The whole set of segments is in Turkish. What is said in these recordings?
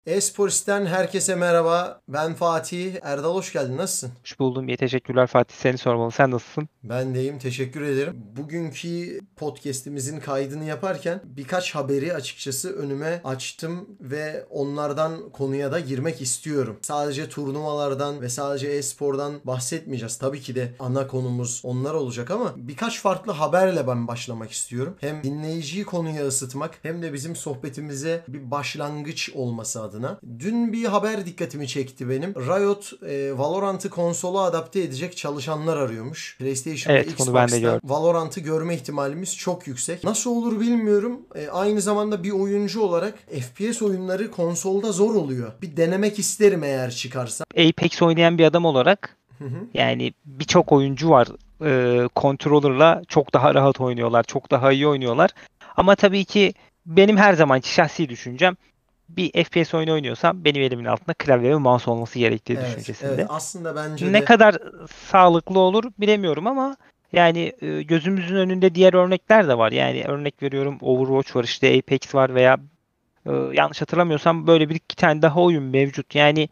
E-Sports'ten herkese merhaba. Ben Fatih. Erdal hoş geldin. Nasılsın? Hoş buldum. İyi teşekkürler Fatih. Seni sormalı. Sen nasılsın? Ben deyim. Teşekkür ederim. Bugünkü podcast'imizin kaydını yaparken birkaç haberi açıkçası önüme açtım ve onlardan konuya da girmek istiyorum. Sadece turnuvalardan ve sadece e-spordan bahsetmeyeceğiz. Tabii ki de ana konumuz onlar olacak ama birkaç farklı haberle ben başlamak istiyorum. Hem dinleyiciyi konuya ısıtmak hem de bizim sohbetimize bir başlangıç olması adına. Dün bir haber dikkatimi çekti benim. Riot Valorant'ı konsola adapte edecek çalışanlar arıyormuş. PlayStation ve Evet, bunu ben de Xbox'ta gördüm. Valorant'ı görme ihtimalimiz çok yüksek. Nasıl olur bilmiyorum. Aynı zamanda bir oyuncu olarak FPS oyunları konsolda zor oluyor. Bir denemek isterim eğer çıkarsa. Apex oynayan bir adam olarak yani birçok oyuncu var. Controller'la çok daha rahat oynuyorlar. Çok daha iyi oynuyorlar. Ama tabii ki benim her zamanki şahsi düşüncem bir FPS oyunu oynuyorsam benim elimin altında klavye ve mouse olması gerektiği Evet, evet. düşüncesinde. Aslında bence Ne de kadar sağlıklı olur bilemiyorum ama yani gözümüzün önünde diğer örnekler de var. Yani örnek veriyorum, Overwatch var, işte Apex var veya yanlış hatırlamıyorsam böyle bir iki tane daha oyun mevcut. Yani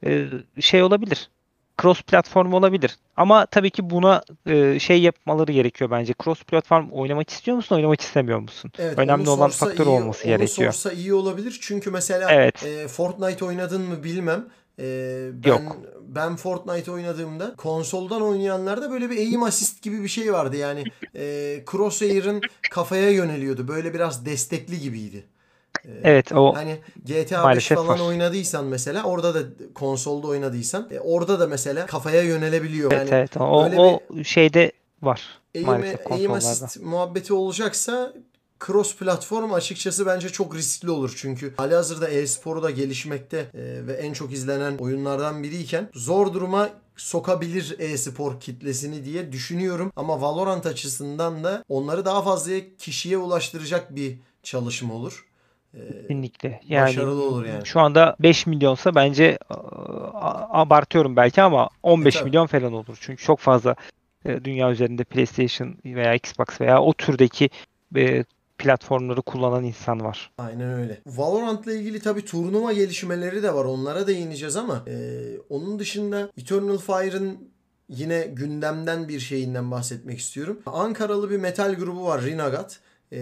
şey olabilir. Cross platform olabilir. Ama tabii ki buna şey yapmaları gerekiyor bence. Cross platform oynamak istiyor musun, oynamak istemiyor musun? evet, onu Önemli olan sorsa faktör iyi, olması onu gerekiyor. sorsa iyi olabilir. Çünkü mesela Evet. Fortnite oynadın mı bilmem. Ben Yok. ben Fortnite oynadığımda konsoldan oynayanlarda böyle bir aim assist gibi bir şey vardı. Yani crosshair'ın kafaya yöneliyordu. Böyle biraz destekli gibiydi. Evet, o Hani GTA 5 maalesef falan var. oynadıysan mesela orada da konsolda oynadıysan orada da mesela kafaya yönelebiliyor. Evet, Yani evet. O, öyle bir o şeyde var aim, maalesef aim konsollarda. assist muhabbeti olacaksa cross platform açıkçası bence çok riskli olur. Çünkü halihazırda e-sporu da gelişmekte ve en çok izlenen oyunlardan biriyken zor duruma sokabilir e-spor kitlesini diye düşünüyorum. Ama Valorant açısından da onları daha fazla kişiye ulaştıracak bir çalışma olur. E, Kesinlikle. Yani Başarılı olur yani. şu anda 5 milyonsa bence abartıyorum belki ama E 15 tabi. milyon falan olur. Çünkü çok fazla dünya üzerinde PlayStation veya Xbox veya o türdeki e, platformları kullanan insan var. Aynen öyle. Valorant'la ilgili tabii turnuva gelişmeleri de var. Onlara değineceğiz ama onun dışında Eternal Fire'ın yine gündemden bir şeyinden bahsetmek istiyorum. Ankaralı bir metal grubu var, Rinagat.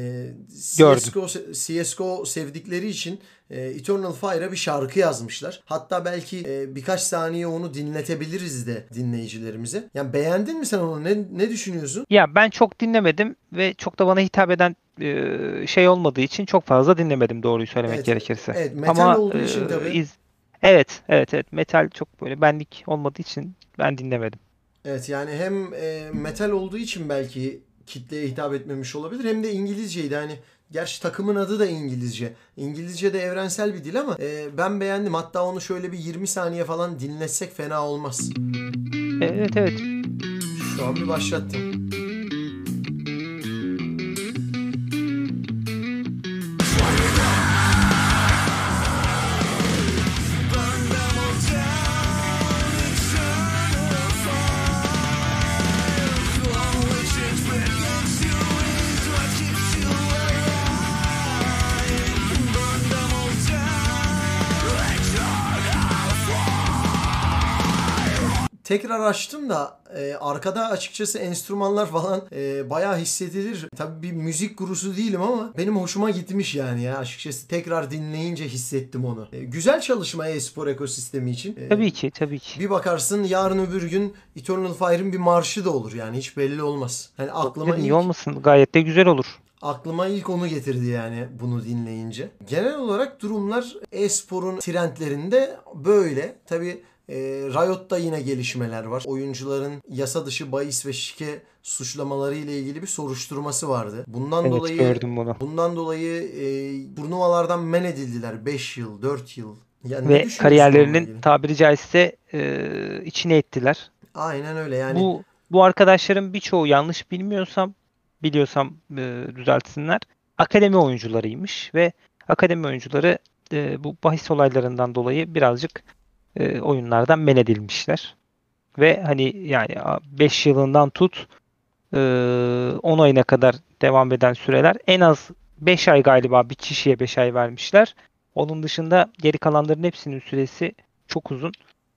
Gördüm. CSGO sevdikleri için Eternal Fire'a bir şarkı yazmışlar. Hatta belki birkaç saniye onu dinletebiliriz de dinleyicilerimize. Yani beğendin mi sen onu? Ne düşünüyorsun? Ya ben çok dinlemedim ve çok da bana hitap eden şey olmadığı için çok fazla dinlemedim, doğruyu söylemek Evet, gerekirse. evet, metal Ama olduğu için tabii. evet, evet, evet, metal çok böyle benlik olmadığı için ben dinlemedim. Evet, yani hem metal olduğu için belki kitleye hitap etmemiş olabilir hem de İngilizceydi. Hani gerçi takımın adı da İngilizce. İngilizce de evrensel bir dil ama ben beğendim. Hatta onu şöyle bir 20 saniye falan dinletsek fena olmaz. Evet, evet. Şu an bir başlattım. Tekrar açtım da arkada açıkçası enstrümanlar falan bayağı hissedilir. Tabii bir müzik gurusu değilim ama benim hoşuma gitmiş yani ya. Açıkçası tekrar dinleyince hissettim onu. Güzel çalışma e-spor ekosistemi için. Tabii ki, tabii ki. Bir bakarsın yarın öbür gün Eternal Fire'ın bir marşı da olur yani hiç belli olmaz. Hani Olabilir, niye olmasın? Gayet de güzel olur. aklıma ilk onu getirdi yani bunu dinleyince. Genel olarak durumlar e-sporun trendlerinde böyle. Tabi Riot'ta yine gelişmeler var. Oyuncuların yasa dışı bahis ve şike suçlamaları ile ilgili bir soruşturması vardı. Bundan Evet, dolayı gördüm bunu. bundan dolayı turnuvalardan men edildiler. 5 yıl, 4 yıl. Ya ne Ve düşünüyorsun onunla kariyerlerinin ilgili? tabiri caizse içine ettiler. Aynen öyle yani. Bu arkadaşların birçoğu, yanlış biliyorsam düzeltsinler. Akademi oyuncularıymış ve akademi oyuncuları bu bahis olaylarından dolayı birazcık oyunlardan men edilmişler. Ve hani yani 5 yılından tut 10 ayına kadar devam eden süreler, en az 5 ay, galiba bir kişiye 5 ay vermişler. Onun dışında geri kalanların hepsinin süresi çok uzun.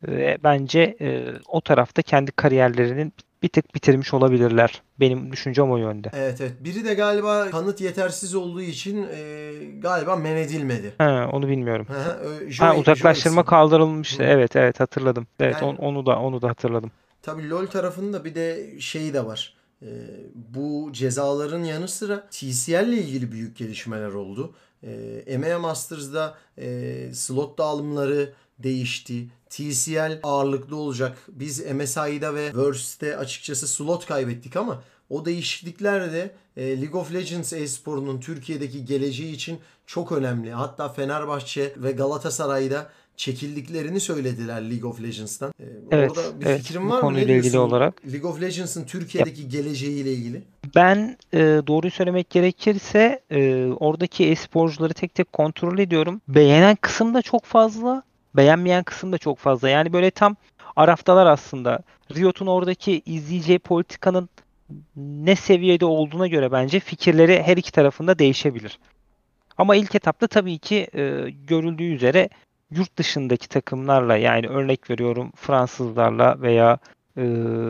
Bence o tarafta kendi kariyerlerinin bir tık bitirmiş olabilirler. Benim düşüncem o yönde. Evet, evet. Biri de galiba kanıt yetersiz olduğu için galiba men edilmedi. Ha, onu bilmiyorum. Hı hı, Ha, Joyce. uzaklaştırma kaldırılmıştı. Hı. Evet, evet, hatırladım. Evet, Yani onu da hatırladım. tabii LoL tarafında bir de şey de var. Bu cezaların yanı sıra TCL ile ilgili büyük gelişmeler oldu. EMEA Masters'da slot dağılımları değişti. TCL ağırlıklı olacak. Biz MSI'da ve Worlds'te açıkçası slot kaybettik ama o değişiklikler de League of Legends e-sporunun Türkiye'deki geleceği için çok önemli. Hatta Fenerbahçe ve Galatasaray'da çekildiklerini söylediler League of Legends'tan. Evet, Orada bir evet, fikrin bu var mı? Ne konuyla ilgili diyorsun olarak. League of Legends'ın Ya Türkiye'deki geleceğiyle ilgili? ben doğruyu söylemek gerekirse oradaki e-sporcuları tek tek kontrol ediyorum. Beğenen kısım da çok fazla, beğenmeyen kısım da çok fazla. Yani böyle tam araftalar aslında. Riot'un oradaki izleyeceği politikanın ne seviyede olduğuna göre bence fikirleri her iki tarafında değişebilir. Ama ilk etapta tabii ki görüldüğü üzere yurt dışındaki takımlarla, yani örnek veriyorum Fransızlarla veya e,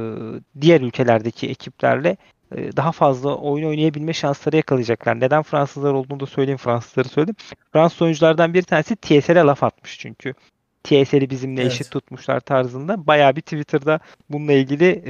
diğer ülkelerdeki ekiplerle daha fazla oyun oynayabilme şansları yakalayacaklar. Neden Fransızlar olduğunu da söyleyeyim, Fransızları söyledim. Fransız oyunculardan bir tanesi TSL'e laf atmış çünkü. TSL'i bizimle eşit Evet. tutmuşlar tarzında. Bayağı bir Twitter'da bununla ilgili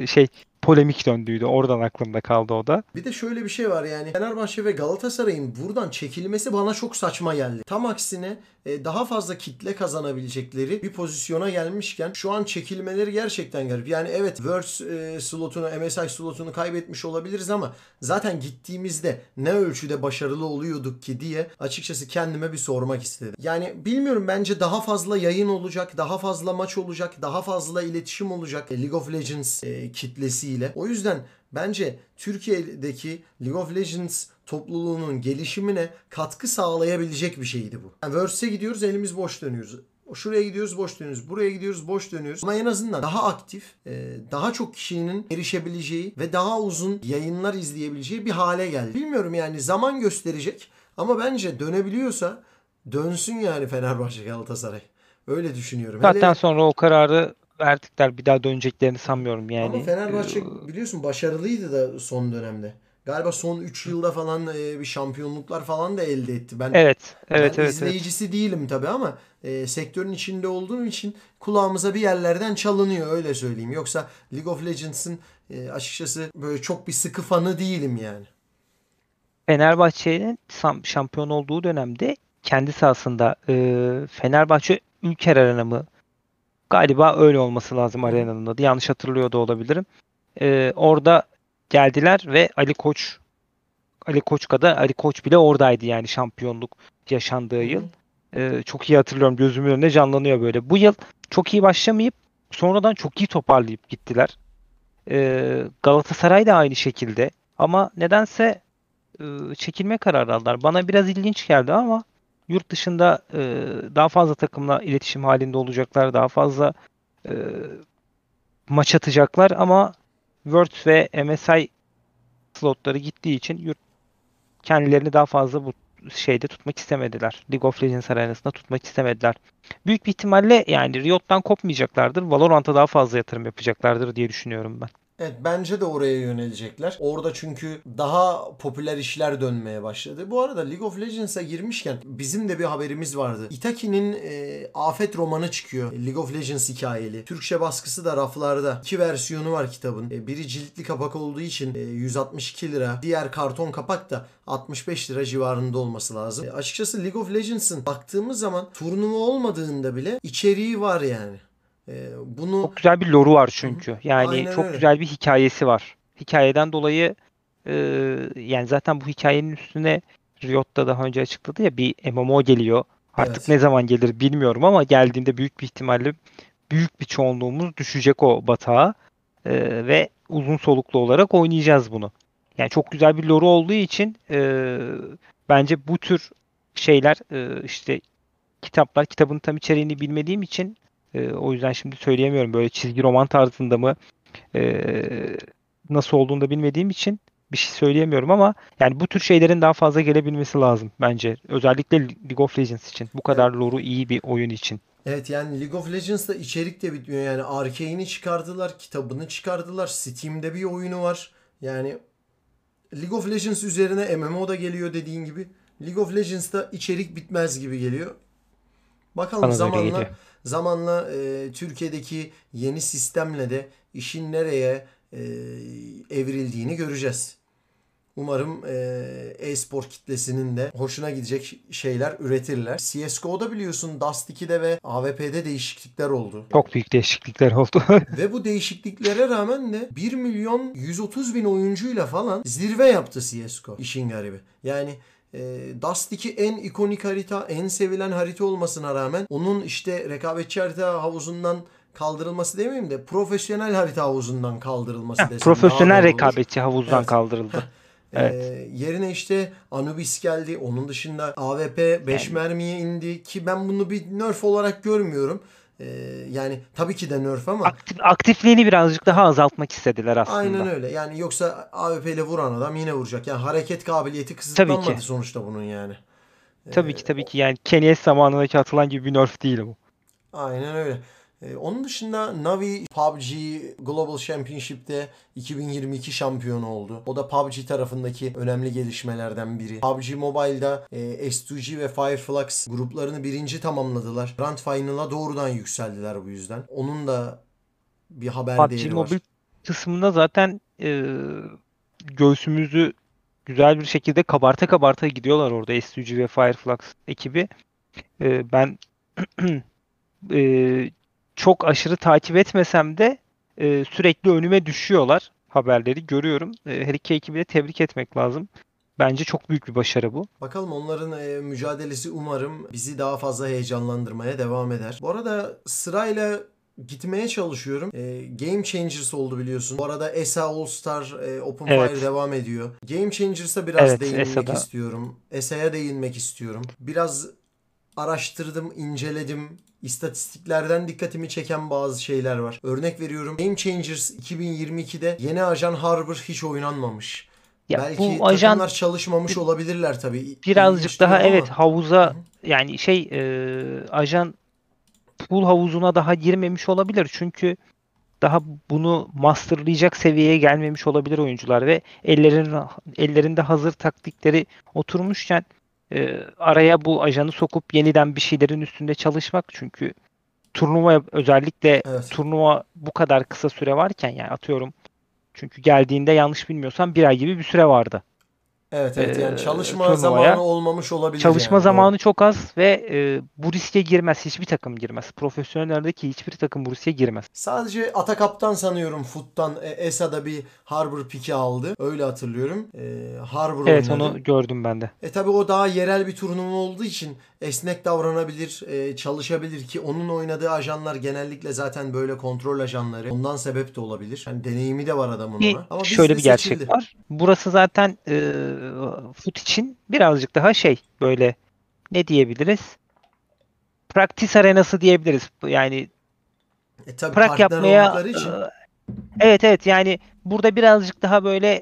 polemik döndüydü. Oradan aklımda kaldı o da. Bir de şöyle bir şey var yani Fenerbahçe ve Galatasaray'ın buradan çekilmesi bana çok saçma geldi. Tam aksine daha fazla kitle kazanabilecekleri bir pozisyona gelmişken şu an çekilmeleri gerçekten garip. Yani evet Worlds slotunu, MSI slotunu kaybetmiş olabiliriz ama zaten gittiğimizde ne ölçüde başarılı oluyorduk ki diye açıkçası kendime bir sormak istedim. Yani bilmiyorum, bence daha fazla yayın olacak, daha fazla maç olacak, daha fazla iletişim olacak League of Legends kitlesiyle. O yüzden bence Türkiye'deki League of Legends topluluğunun gelişimine katkı sağlayabilecek bir şeydi bu. Yani Worlds'e gidiyoruz, elimiz boş dönüyoruz. Şuraya gidiyoruz, boş dönüyoruz. Buraya gidiyoruz, boş dönüyoruz. Ama en azından daha aktif, daha çok kişinin erişebileceği ve daha uzun yayınlar izleyebileceği bir hale geldi. Bilmiyorum yani, zaman gösterecek ama bence dönebiliyorsa dönsün yani Fenerbahçe Galatasaray. Öyle düşünüyorum. Hele Zaten hele sonra o kararı verdikler. Bir daha döneceklerini sanmıyorum ama yani. Fenerbahçe biliyorsun başarılıydı da son dönemde. Galiba son 3 yılda falan bir şampiyonluklar falan da elde etti. Evet, Ben evet, evet, evet. izleyicisi değilim tabii ama sektörün içinde olduğum için kulağımıza bir yerlerden çalınıyor, öyle söyleyeyim. Yoksa League of Legends'ın açıkçası böyle çok bir sıkı fanı değilim yani. Fenerbahçe'nin şampiyon olduğu dönemde kendi sahasında Fenerbahçe Ülker Arena mı? Galiba öyle olması lazım Hı hı. arenanın adı. Yanlış hatırlıyor da olabilirim. Orada geldiler ve Ali Koç kadar Ali Koç bile oradaydı yani şampiyonluk yaşandığı Hı yıl. hı. Çok iyi hatırlıyorum. Gözümün önünde canlanıyor böyle. Bu yıl çok iyi başlamayıp sonradan çok iyi toparlayıp gittiler. Galatasaray da aynı şekilde. Ama nedense çekilme kararı aldılar. Bana biraz ilginç geldi ama yurt dışında daha fazla takımla iletişim halinde olacaklar. Daha fazla e, maç atacaklar ama Worlds ve MSI slotları gittiği için kendilerini daha fazla bu şeyde tutmak istemediler. League of Legends arenasında tutmak istemediler. Büyük bir ihtimalle yani Riot'tan kopmayacaklardır. Valorant'a daha fazla yatırım yapacaklardır diye düşünüyorum ben. Evet, bence de oraya yönelecekler. Orada çünkü daha popüler işler dönmeye başladı. Bu arada League of Legends'a girmişken bizim de bir haberimiz vardı. Itaki'nin Afet romanı çıkıyor. League of Legends hikayeli. Türkçe baskısı da raflarda. İki versiyonu var kitabın. Biri ciltli kapak olduğu için 162 lira. Diğer karton kapak da 65 lira civarında olması lazım. Açıkçası League of Legends'ın baktığımız zaman turnuva olmadığında bile içeriği var yani. Bunu Çok güzel bir lore'u var Hı hı. çünkü. Yani Aynen çok öyle. güzel bir hikayesi var. Hikayeden dolayı e, yani zaten bu hikayenin üstüne Riot da daha önce açıkladı ya, bir MMO geliyor. Artık Evet. ne zaman gelir bilmiyorum ama geldiğinde büyük bir ihtimalle büyük bir çoğunluğumuz düşecek o batağa. Ve uzun soluklu olarak oynayacağız bunu. Yani çok güzel bir lore olduğu için bence bu tür şeyler, işte kitabın tam içeriğini bilmediğim için o yüzden şimdi söyleyemiyorum. Böyle çizgi roman tarzında mı, e, nasıl olduğunu da bilmediğim için bir şey söyleyemiyorum ama yani bu tür şeylerin daha fazla gelebilmesi lazım bence. Özellikle League of Legends için. Bu Ya, kadar lore'u iyi bir oyun için. evet yani League of Legends'da içerik de bitmiyor. Yani Arcane'i çıkardılar, kitabını çıkardılar. Steam'de bir oyunu var. Yani League of Legends üzerine MMO da geliyor dediğin gibi. League of Legends'ta içerik bitmez gibi geliyor. Bakalım Bana da öyle geliyor. zamanla Türkiye'deki yeni sistemle de işin nereye evrildiğini göreceğiz. Umarım e-spor kitlesinin de hoşuna gidecek şeyler üretirler. CSGO'da biliyorsun Dust 2'de ve AWP'de değişiklikler oldu. Çok büyük değişiklikler oldu. Ve bu değişikliklere rağmen de 1.130.000 oyuncuyla falan zirve yaptı CSGO. İşin garibi. Yani Dust 2 en ikonik harita, en sevilen harita olmasına rağmen onun işte rekabetçi harita havuzundan kaldırılması demeyeyim de profesyonel harita havuzundan kaldırılması desem daha Profesyonel doğru olur. rekabetçi havuzdan Evet. kaldırıldı. Evet. Yerine işte Anubis geldi. Onun dışında AWP 5 Yani mermiye indi ki ben bunu bir nerf olarak görmüyorum. Yani tabii ki de nerf ama aktifliğini birazcık daha azaltmak istediler aynen aslında. öyle. Yani yoksa AWP ile vuran adam yine vuracak. Yani hareket kabiliyeti Tabii ki. kısıtlanmadı sonuçta bunun yani. Tabii ki tabii ki yani Kenny zamanındaki atılan gibi bir nerf değil bu. Aynen öyle. Onun dışında Navi PUBG Global Championship'te 2022 şampiyonu oldu. O da PUBG tarafındaki önemli gelişmelerden biri. PUBG Mobile'da S2G ve Fireflux gruplarını birinci tamamladılar. Grand Final'a doğrudan yükseldiler bu yüzden. Onun da bir haber PUBG değeri Mobile var. kısmında zaten göğsümüzü güzel bir şekilde kabarta kabarta gidiyorlar orada S2G ve Fireflux ekibi. Ben e, çok aşırı takip etmesem de sürekli önüme düşüyorlar, haberleri görüyorum. Her iki ekibi de tebrik etmek lazım. Bence çok büyük bir başarı bu. Bakalım onların mücadelesi umarım bizi daha fazla heyecanlandırmaya devam eder. Bu arada sırayla gitmeye çalışıyorum. Game Changers oldu biliyorsun. Bu arada ESA All Star Open Fire Evet, devam ediyor. Game Changers'a biraz evet değinmek ESA'da. istiyorum. ESA'ya değinmek istiyorum. Biraz araştırdım, inceledim. İstatistiklerden dikkatimi çeken bazı şeyler var. Örnek veriyorum. Game Changers 2022'de yeni ajan Harbor hiç oynanmamış. Ya Belki bu ajan takımlar çalışmamış olabilirler tabii. birazcık İlginç daha diyorum evet ama. havuza yani ajan pool havuzuna daha girmemiş olabilir. Çünkü daha bunu masterlayacak seviyeye gelmemiş olabilir oyuncular ve ellerinde hazır taktikleri oturmuşken araya bu ajanı sokup yeniden bir şeylerin üstünde çalışmak, çünkü özellikle Evet. turnuva bu kadar kısa süre varken, yani atıyorum, çünkü geldiğinde yanlış bilmiyorsam bir ay gibi bir süre vardı Evet evet yani çalışma zamanı turnuvaya. olmamış olabilir Çalışma yani doğru. zamanı çok az ve bu riske girmez. Hiçbir takım girmez. Profesyonellerdeki hiçbir takım bu riske girmez. Sadece Atakap'tan sanıyorum Foot'tan ESA'da bir Harbor piki aldı. Öyle hatırlıyorum. Harbor Evet, oynadı. onu gördüm ben de. Tabi o daha yerel bir turnuva olduğu için esnek davranabilir, çalışabilir ki onun oynadığı ajanlar genellikle zaten böyle kontrol ajanları. Ondan sebep de olabilir. Yani deneyimi de var adamın Bir ona. Ama şöyle bizde bir gerçek seçildi. var. Burası zaten fut için birazcık daha böyle, ne diyebiliriz? Practice arenası diyebiliriz. Yani Tabi prak partner yapmaya oldukları için. evet evet, yani burada birazcık daha böyle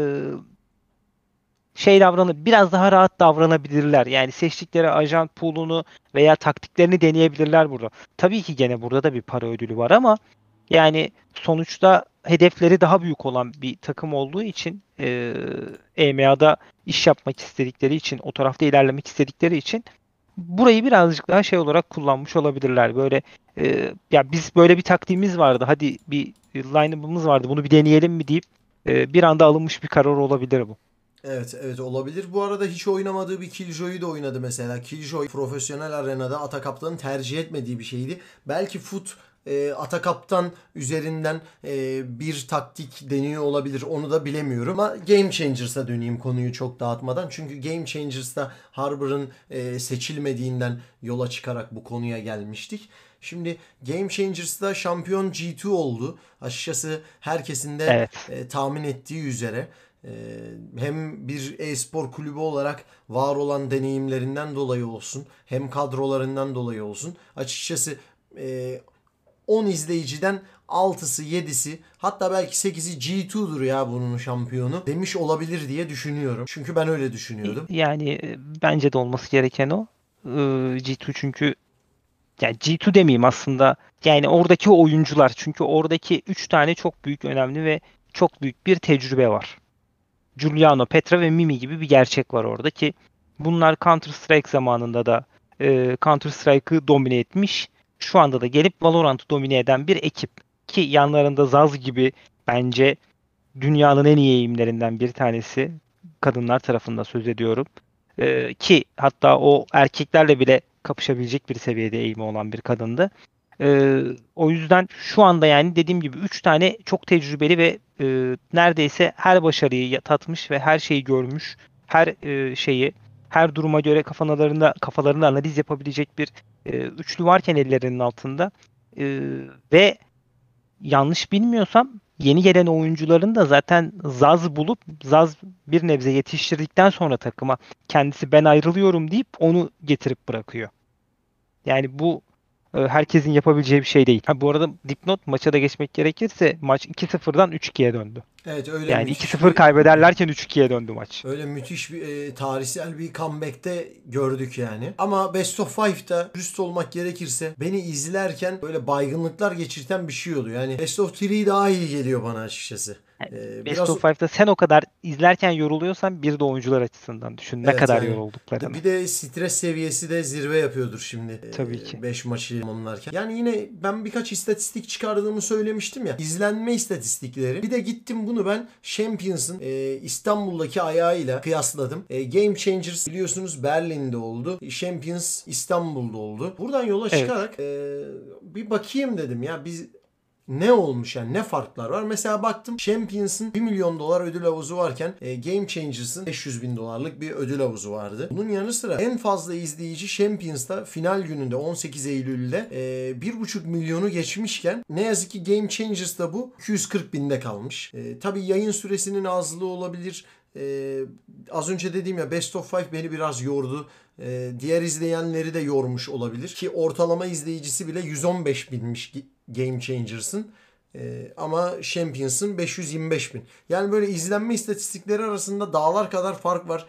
biraz daha rahat davranabilirler. Yani seçtikleri ajan pool'unu veya taktiklerini deneyebilirler burada. Tabii ki gene burada da bir para ödülü var ama yani sonuçta hedefleri daha büyük olan bir takım olduğu için, EMEA'da iş yapmak istedikleri için, o tarafta ilerlemek istedikleri için burayı birazcık daha olarak kullanmış olabilirler. Böyle ya biz böyle bir taktiğimiz vardı, hadi bir line-up'ımız vardı, bunu bir deneyelim mi deyip bir anda alınmış bir karar olabilir bu. Evet evet olabilir. Bu arada hiç oynamadığı bir Killjoy'u da oynadı mesela. Killjoy profesyonel arenada Atakaptan'ın tercih etmediği bir şeydi. Belki Foot Atakaptan üzerinden bir taktik deniyor olabilir. Onu da bilemiyorum. Ama Game Changers'a döneyim konuyu çok dağıtmadan. Çünkü Game Changers'ta Harbor'ın seçilmediğinden yola çıkarak bu konuya gelmiştik. Şimdi Game Changers'ta şampiyon G2 oldu. Açıkçası herkesin de Evet. tahmin ettiği üzere. Hem bir e-spor kulübü olarak var olan deneyimlerinden dolayı olsun hem kadrolarından dolayı olsun açıkçası 10 izleyiciden 6'sı 7'si hatta belki 8'i G2'dur ya bunun şampiyonu demiş olabilir diye düşünüyorum. Çünkü ben öyle düşünüyordum. Yani bence de olması gereken o. G2 çünkü yani G2 demeyeyim aslında. Yani oradaki oyuncular çünkü oradaki 3 tane çok büyük önemli ve çok büyük bir tecrübe var. Giuliano, Petra ve Mimi gibi bir gerçek var orada ki bunlar Counter Strike zamanında da Counter Strike'ı domine etmiş. Şu anda da gelip Valorant'ı domine eden bir ekip ki yanlarında Zaz gibi bence dünyanın en iyi eğimlerinden bir tanesi kadınlar tarafında söz ediyorum. Ki hatta o erkeklerle bile kapışabilecek bir seviyede eğimi olan bir kadındı. O yüzden şu anda yani dediğim gibi 3 tane çok tecrübeli ve neredeyse her başarıyı tatmış ve her şeyi görmüş. Şeyi her duruma göre kafalarında analiz yapabilecek bir üçlü varken ellerinin altında e, ve yanlış bilmiyorsam yeni gelen oyuncuların da zaten Zaz bulup Zaz bir nebze yetiştirdikten sonra takıma kendisi ben ayrılıyorum deyip onu getirip bırakıyor. Yani bu herkesin yapabileceği bir şey değil. Ha, bu arada dipnot maça da geçmek gerekirse maç 2-0'dan 3-2'ye döndü. Evet öyle Yani müthiş 2-0 bir kaybederlerken 3-2'ye döndü maç. öyle müthiş bir tarihsel bir comeback'te gördük yani. Ama Best of Five'da dürüst olmak gerekirse beni izlerken böyle baygınlıklar geçirten bir şey oluyor. Yani Best of 3 daha iyi geliyor bana açıkçası. Best Biraz of Five'da sen o kadar izlerken yoruluyorsan bir de oyuncular açısından düşün ne evet kadar yani yorulduklarını. bir de stres seviyesi de zirve yapıyordur şimdi Tabii ki. 5 maçı tamamlarken. Yani yine ben birkaç istatistik çıkardığımı söylemiştim ya. İzlenme istatistikleri. Bir de gittim bunu ben Champions'ın İstanbul'daki ayağıyla kıyasladım. Game Changers biliyorsunuz Berlin'de oldu. Champions İstanbul'da oldu. Buradan yola Evet. çıkarak bir bakayım dedim ya biz ne olmuş yani ne farklar var? Mesela baktım Champions'ın 1 milyon dolar ödül havuzu varken Game Changers'ın 500 bin dolarlık bir ödül havuzu vardı. Bunun yanı sıra en fazla izleyici Champions'ta final gününde 18 Eylül'de 1,5 milyonu geçmişken ne yazık ki Game Changers'ta bu 240 binde kalmış. Tabii yayın süresinin azlığı olabilir. Az önce dediğim ya Best of Five beni biraz yordu. Diğer izleyenleri de yormuş olabilir. Ki ortalama izleyicisi bile 115 binmiş Game Changers'ın. Ama Champions'ın 525 bin. Yani böyle izlenme istatistikleri arasında dağlar kadar fark var.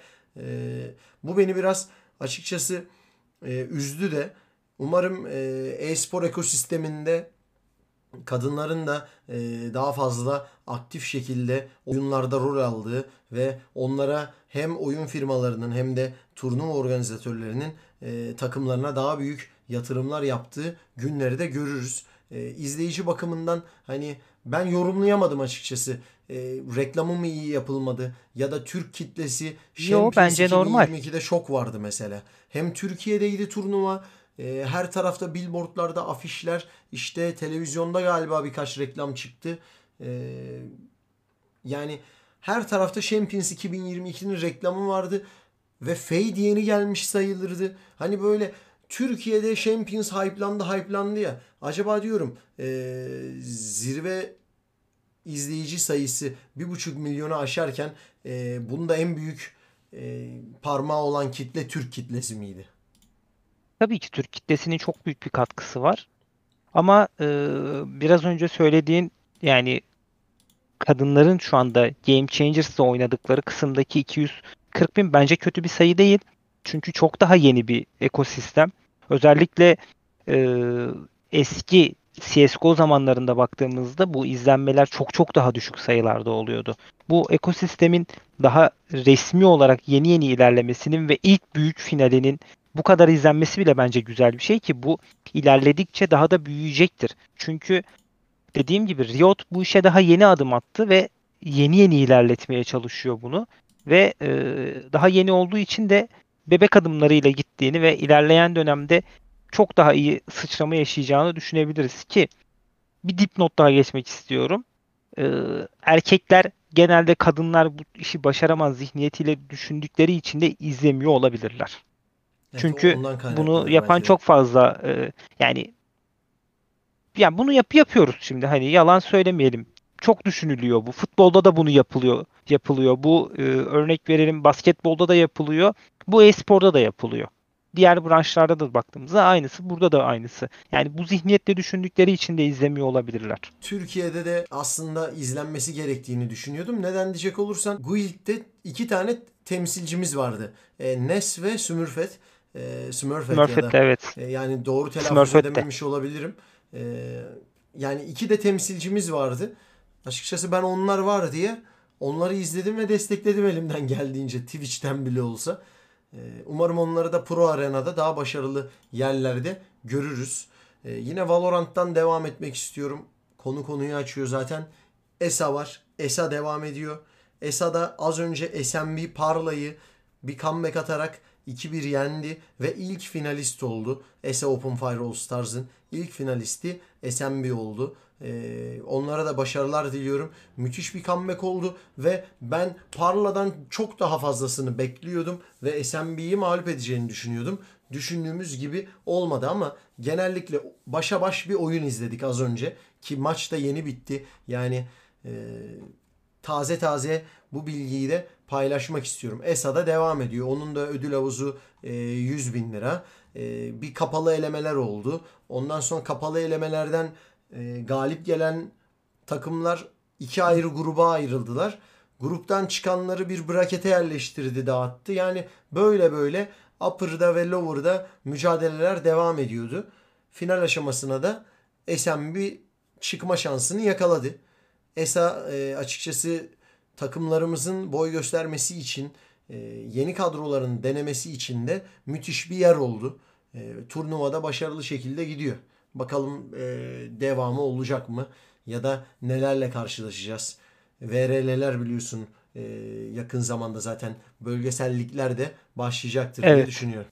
Bu beni biraz açıkçası üzdü de. Umarım e-spor ekosisteminde kadınların da daha fazla aktif şekilde oyunlarda rol aldığı ve onlara hem oyun firmalarının hem de turnuva organizatörlerinin takımlarına daha büyük yatırımlar yaptığı günleri de görürüz. İzleyici bakımından hani ben yorumlayamadım açıkçası. Reklamı mı iyi yapılmadı ya da Türk kitlesi Yo Champions bence normal. 2022'de şok vardı mesela. Hem Türkiye'deydi turnuva. Her tarafta billboardlarda afişler, işte televizyonda galiba birkaç reklam çıktı. Yani her tarafta Champions 2022'nin reklamı vardı ve Fade yeni gelmiş sayılırdı. Hani böyle Türkiye'de Champions hype'landı ya. Acaba diyorum zirve izleyici sayısı 1,5 milyonu aşarken bunda en büyük parmağı olan kitle Türk kitlesi miydi? Tabii ki Türk kitlesinin çok büyük bir katkısı var. Ama biraz önce söylediğin yani kadınların şu anda Game Changers'da oynadıkları kısımdaki 240 bin bence kötü bir sayı değil. Çünkü çok daha yeni bir ekosistem. Özellikle e, eski CSGO zamanlarında baktığımızda bu izlenmeler çok çok daha düşük sayılarda oluyordu. Bu ekosistemin daha resmi olarak yeni yeni ilerlemesinin ve ilk büyük finalinin bu kadar izlenmesi bile bence güzel bir şey ki bu ilerledikçe daha da büyüyecektir. Çünkü dediğim gibi Riot bu işe daha yeni adım attı ve yeni yeni ilerletmeye çalışıyor bunu. Ve daha yeni olduğu için de bebek adımlarıyla gittiğini ve ilerleyen dönemde çok daha iyi sıçrama yaşayacağını düşünebiliriz ki bir dipnot daha geçmek istiyorum. E, Erkekler genelde kadınlar bu işi başaramaz zihniyetiyle düşündükleri için de izlemiyor olabilirler. Evet Çünkü ondan bunu kaynaklanır yapan belki de. çok fazla yani bunu yapıyoruz şimdi hani yalan söylemeyelim. Çok düşünülüyor bu. Futbolda da bunu yapılıyor. Bu örnek verelim basketbolda da yapılıyor. Bu e-sporda da yapılıyor. diğer branşlarda da baktığımızda aynısı. Burada da aynısı. Yani bu zihniyetle düşündükleri için de izlemiyor olabilirler. Türkiye'de de aslında izlenmesi gerektiğini düşünüyordum. Neden diyecek olursan Guild'de 2 tane temsilcimiz vardı. Ness ve Smurfette. Smurfette ya Smurfette da evet. yani doğru telaffuz Smurfette. edememiş olabilirim. Yani 2 de temsilcimiz vardı. Açıkçası ben onlar var diye onları izledim ve destekledim elimden geldiğince, Twitch'ten bile olsa. Umarım onları da Pro Arena'da daha başarılı yerlerde görürüz. Yine Valorant'tan devam etmek istiyorum. Konu konuyu açıyor zaten. ESA var. ESA devam ediyor. ESA'da az önce SMB Parla'yı bir comeback atarak 2-1 yendi ve ilk finalist oldu. ESA Open Fire All Stars'ın ilk finalisti SMB oldu. Onlara da başarılar diliyorum. Müthiş bir comeback oldu ve ben Parla'dan çok daha fazlasını bekliyordum ve SMB'yi mağlup edeceğini düşünüyordum. Düşündüğümüz gibi olmadı ama genellikle başa baş bir oyun izledik az önce ki maç da yeni bitti. Yani taze taze bu bilgiyi de paylaşmak istiyorum. ESA'da devam ediyor. Onun da ödül havuzu 100 bin lira. Bir kapalı elemeler oldu. Ondan sonra kapalı elemelerden galip gelen takımlar 2 ayrı gruba ayrıldılar. Gruptan çıkanları bir brakete yerleştirdi, dağıttı. Yani böyle böyle upper'da ve lower'da mücadeleler devam ediyordu. Final aşamasına da SMB çıkma şansını yakaladı. ESA açıkçası takımlarımızın boy göstermesi için, yeni kadroların denemesi için de müthiş bir yer oldu. Turnuvada başarılı şekilde gidiyor. Bakalım devamı olacak mı? Ya da nelerle karşılaşacağız? VRL'ler biliyorsun yakın zamanda zaten bölgesellikler de başlayacaktır diye Evet. düşünüyorum.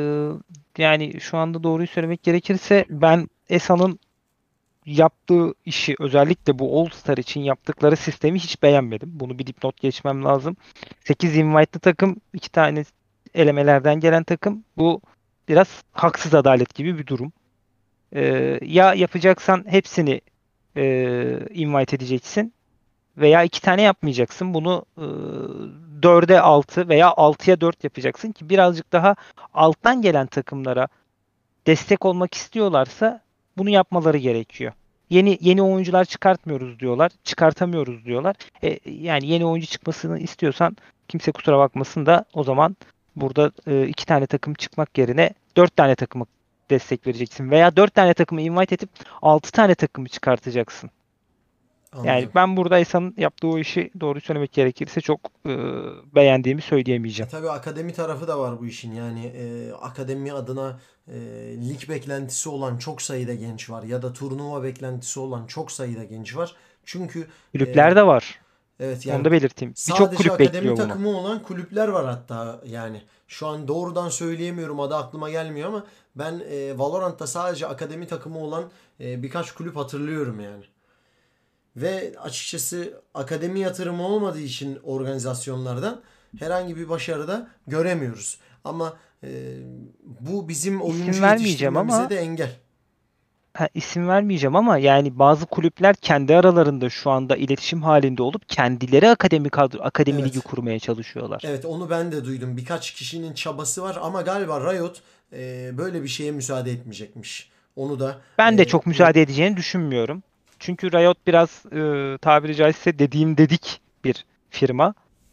Yani şu anda doğruyu söylemek gerekirse ben ESA'nın yaptığı işi, özellikle bu All Star için yaptıkları sistemi hiç beğenmedim. Bunu bir dipnot geçmem lazım. 8 invite'lı takım, 2 tane elemelerden gelen takım. Bu biraz haksız adalet gibi bir durum. Ya yapacaksan hepsini invite edeceksin veya 2 tane yapmayacaksın. Bunu 4'e 6 veya 6'ya 4 yapacaksın ki birazcık daha alttan gelen takımlara destek olmak istiyorlarsa bunu yapmaları gerekiyor. Yeni oyuncular çıkartmıyoruz diyorlar. Çıkartamıyoruz diyorlar. Yani yeni oyuncu çıkmasını istiyorsan kimse kusura bakmasın da o zaman burada 2 tane takım çıkmak yerine 4 tane takımı destek vereceksin. Veya 4 tane takımı invite edip 6 tane takımı çıkartacaksın. Yani Anladım. ben burada Esa'nın yaptığı o işi doğru söylemek gerekirse çok beğendiğimi söyleyemeyeceğim. Tabii akademi tarafı da var bu işin. Yani akademi adına lig beklentisi olan çok sayıda genç var. Ya da turnuva beklentisi olan çok sayıda genç var. Çünkü Kulüpler de var. evet Onu yani da belirteyim. Birçok sadece kulüp akademi bekliyor bunu. takımı olan kulüpler var hatta yani. Şu an doğrudan söyleyemiyorum, adı aklıma gelmiyor ama ben Valorant'ta sadece akademi takımı olan birkaç kulüp hatırlıyorum yani. Ve açıkçası akademi yatırımı olmadığı için organizasyonlardan herhangi bir başarı da göremiyoruz. Ama bu bizim oyuncu İsim vermeyeceğim yetiştirmemize ama de engel. isim vermeyeceğim ama yani bazı kulüpler kendi aralarında şu anda iletişim halinde olup kendileri akademi ligi Evet. kurmaya çalışıyorlar. Evet, onu ben de duydum. Birkaç kişinin çabası var ama galiba Riot böyle bir şeye müsaade etmeyecekmiş. Onu da Ben de çok müsaade edeceğini düşünmüyorum. Çünkü Riot biraz tabiri caizse dediğim dedik bir firma.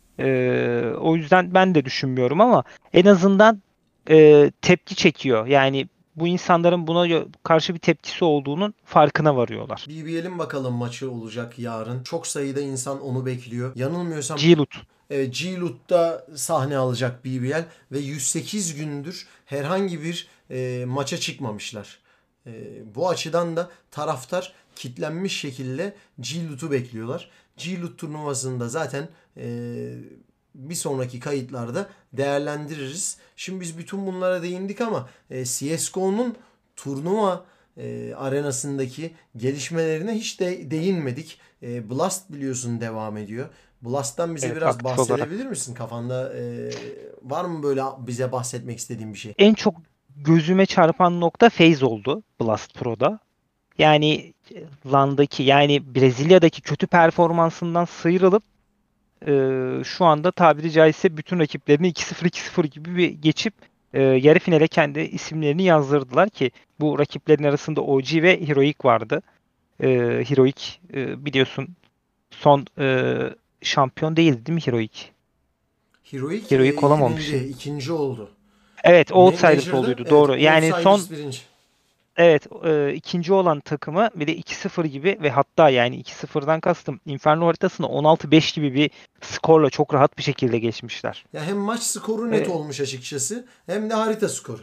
O yüzden ben de düşünmüyorum ama en azından tepki çekiyor. Yani bu insanların buna karşı bir tepkisi olduğunun farkına varıyorlar. BBL'in bakalım maçı olacak yarın. Çok sayıda insan onu bekliyor. Yanılmıyorsam G-Loot. G-Loot'ta sahne alacak BBL ve 108 gündür herhangi bir maça çıkmamışlar. Bu açıdan da taraftar kitlenmiş şekilde G-Loot'u bekliyorlar. G-Loot turnuvasında zaten bir sonraki kayıtlarda değerlendiririz. Şimdi biz bütün bunlara değindik ama CSGO'nun turnuva arenasındaki gelişmelerine hiç de değinmedik. Blast biliyorsun devam ediyor. Blast'tan bize Evet, biraz aktif olarak. bahsedebilir misin? Kafanda var mı böyle bize bahsetmek istediğin bir şey? En çok gözüme çarpan nokta FaZe oldu Blast Pro'da. Yani LAN'daki yani Brezilya'daki kötü performansından sıyrılıp şu anda tabiri caizse bütün rakiplerini 2-0 2-0 gibi bir geçip yarı finale kendi isimlerini yazdırdılar ki bu rakiplerin arasında OG ve Heroic vardı. Heroic biliyorsun son şampiyon değildi değil mi Heroic? Heroic Heroic olamamış. yenildi. İkinci oldu. Evet, Outsiders Major'da oluyordu evet doğru. Yani son Outsiders birinci. evet ikinci olan takımı bir de 2-0 gibi ve hatta yani 2-0'dan kastım Inferno haritasında 16-5 gibi bir skorla çok rahat bir şekilde geçmişler. Ya hem maç skoru net E, olmuş açıkçası hem de harita skoru.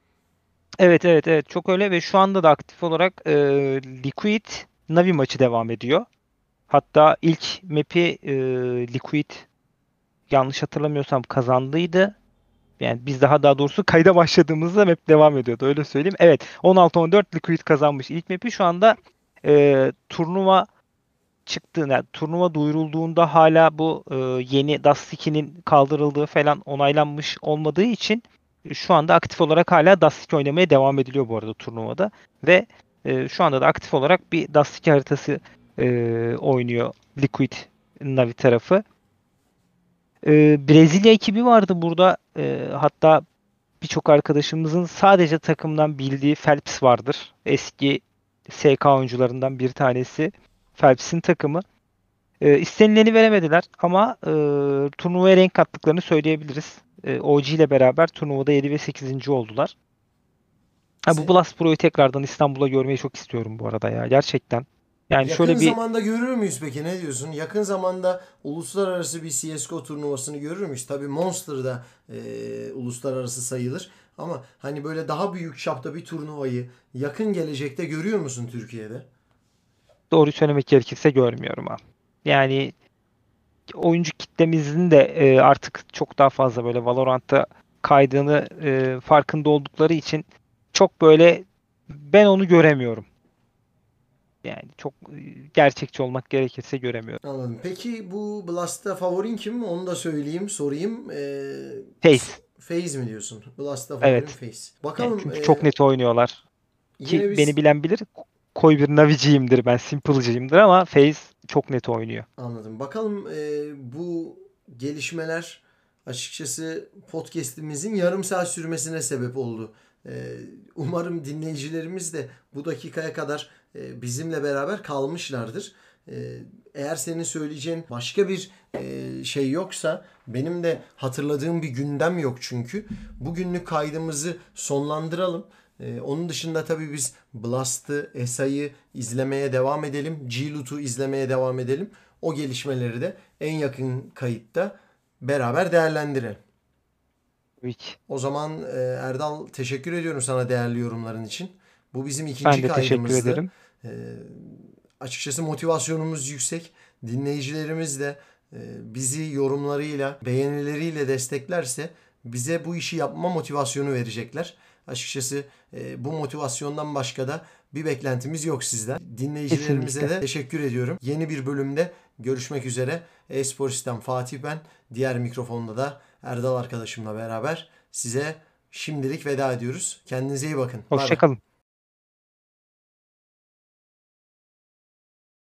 evet çok öyle ve şu anda da aktif olarak Liquid Navi maçı devam ediyor. Hatta ilk map'i Liquid yanlış hatırlamıyorsam kazandıydı. Yani biz daha doğrusu kayda başladığımızda map devam ediyordu. Öyle söyleyeyim. Evet 16-14 Liquid kazanmış ilk map'i. Şu anda turnuva çıktığında, turnuva duyurulduğunda hala bu yeni Dust 2'nin kaldırıldığı falan onaylanmış olmadığı için şu anda aktif olarak hala Dust 2 oynamaya devam ediliyor bu arada turnuvada. Ve şu anda da aktif olarak bir Dust 2 haritası oynuyor Liquid Navi tarafı. Brezilya ekibi vardı burada. Hatta birçok arkadaşımızın sadece takımdan bildiği Phelps vardır. Eski SK oyuncularından bir tanesi. Phelps'in takımı. İstenileni veremediler ama turnuvaya renk kattıklarını söyleyebiliriz. OG ile beraber turnuvada 7 ve 8. oldular. Ha, bu Se- Blast Pro'yu tekrardan İstanbul'a görmeyi çok istiyorum bu arada ya. Gerçekten. Yani Yakın şöyle bir zamanda görür müyüz peki, ne diyorsun? Yakın zamanda uluslararası bir CSGO turnuvasını görür müyüz? Tabii Monster da uluslararası sayılır. Ama hani böyle daha büyük çapta bir turnuvayı yakın gelecekte görüyor musun Türkiye'de? doğru söylemek gerekirse görmüyorum ha. Yani oyuncu kitlemizin de artık çok daha fazla böyle Valorant'a kaydığını farkında oldukları için çok böyle ben onu göremiyorum. Yani çok gerçekçi olmak gerekirse göremiyorum. Anladım. Peki bu Blast'ta favorin kim? Onu da söyleyeyim, sorayım. Face. FaZe mi diyorsun? Blast'ta favorim Evet. FaZe. Yani Bakalım çünkü çok net oynuyorlar. Ki yine beni biz bilen bilir. Koy bir Naviciyimdir ben. Simple'cıyımdır ama FaZe çok net oynuyor. anladım. Bakalım bu gelişmeler açıkçası podcast'imizin yarım saat sürmesine sebep oldu. Umarım dinleyicilerimiz de bu dakikaya kadar bizimle beraber kalmışlardır. Eğer senin söyleyeceğin başka bir şey yoksa, benim de hatırladığım bir gündem yok çünkü. Bugünlük kaydımızı sonlandıralım. Onun dışında tabii biz Blast'ı, ESA'yı izlemeye devam edelim. G-Loot'u izlemeye devam edelim. O gelişmeleri de en yakın kayıtta beraber değerlendirelim. Tabii ki. O zaman Erdal, teşekkür ediyorum sana değerli yorumların için. Bu bizim Ben ikinci de teşekkür kaydımızdı. ederim. E, Açıkçası motivasyonumuz yüksek. Dinleyicilerimiz de bizi yorumlarıyla, beğenileriyle desteklerse bize bu işi yapma motivasyonu verecekler. Açıkçası bu motivasyondan başka da bir beklentimiz yok sizden. Dinleyicilerimize Kesinlikle. de teşekkür ediyorum. Yeni bir bölümde görüşmek üzere. E-Sporist'ten Fatih ben. Diğer mikrofonda da Erdal arkadaşımla beraber size şimdilik veda ediyoruz. Kendinize iyi bakın. Bay bay. Hoşça kalın.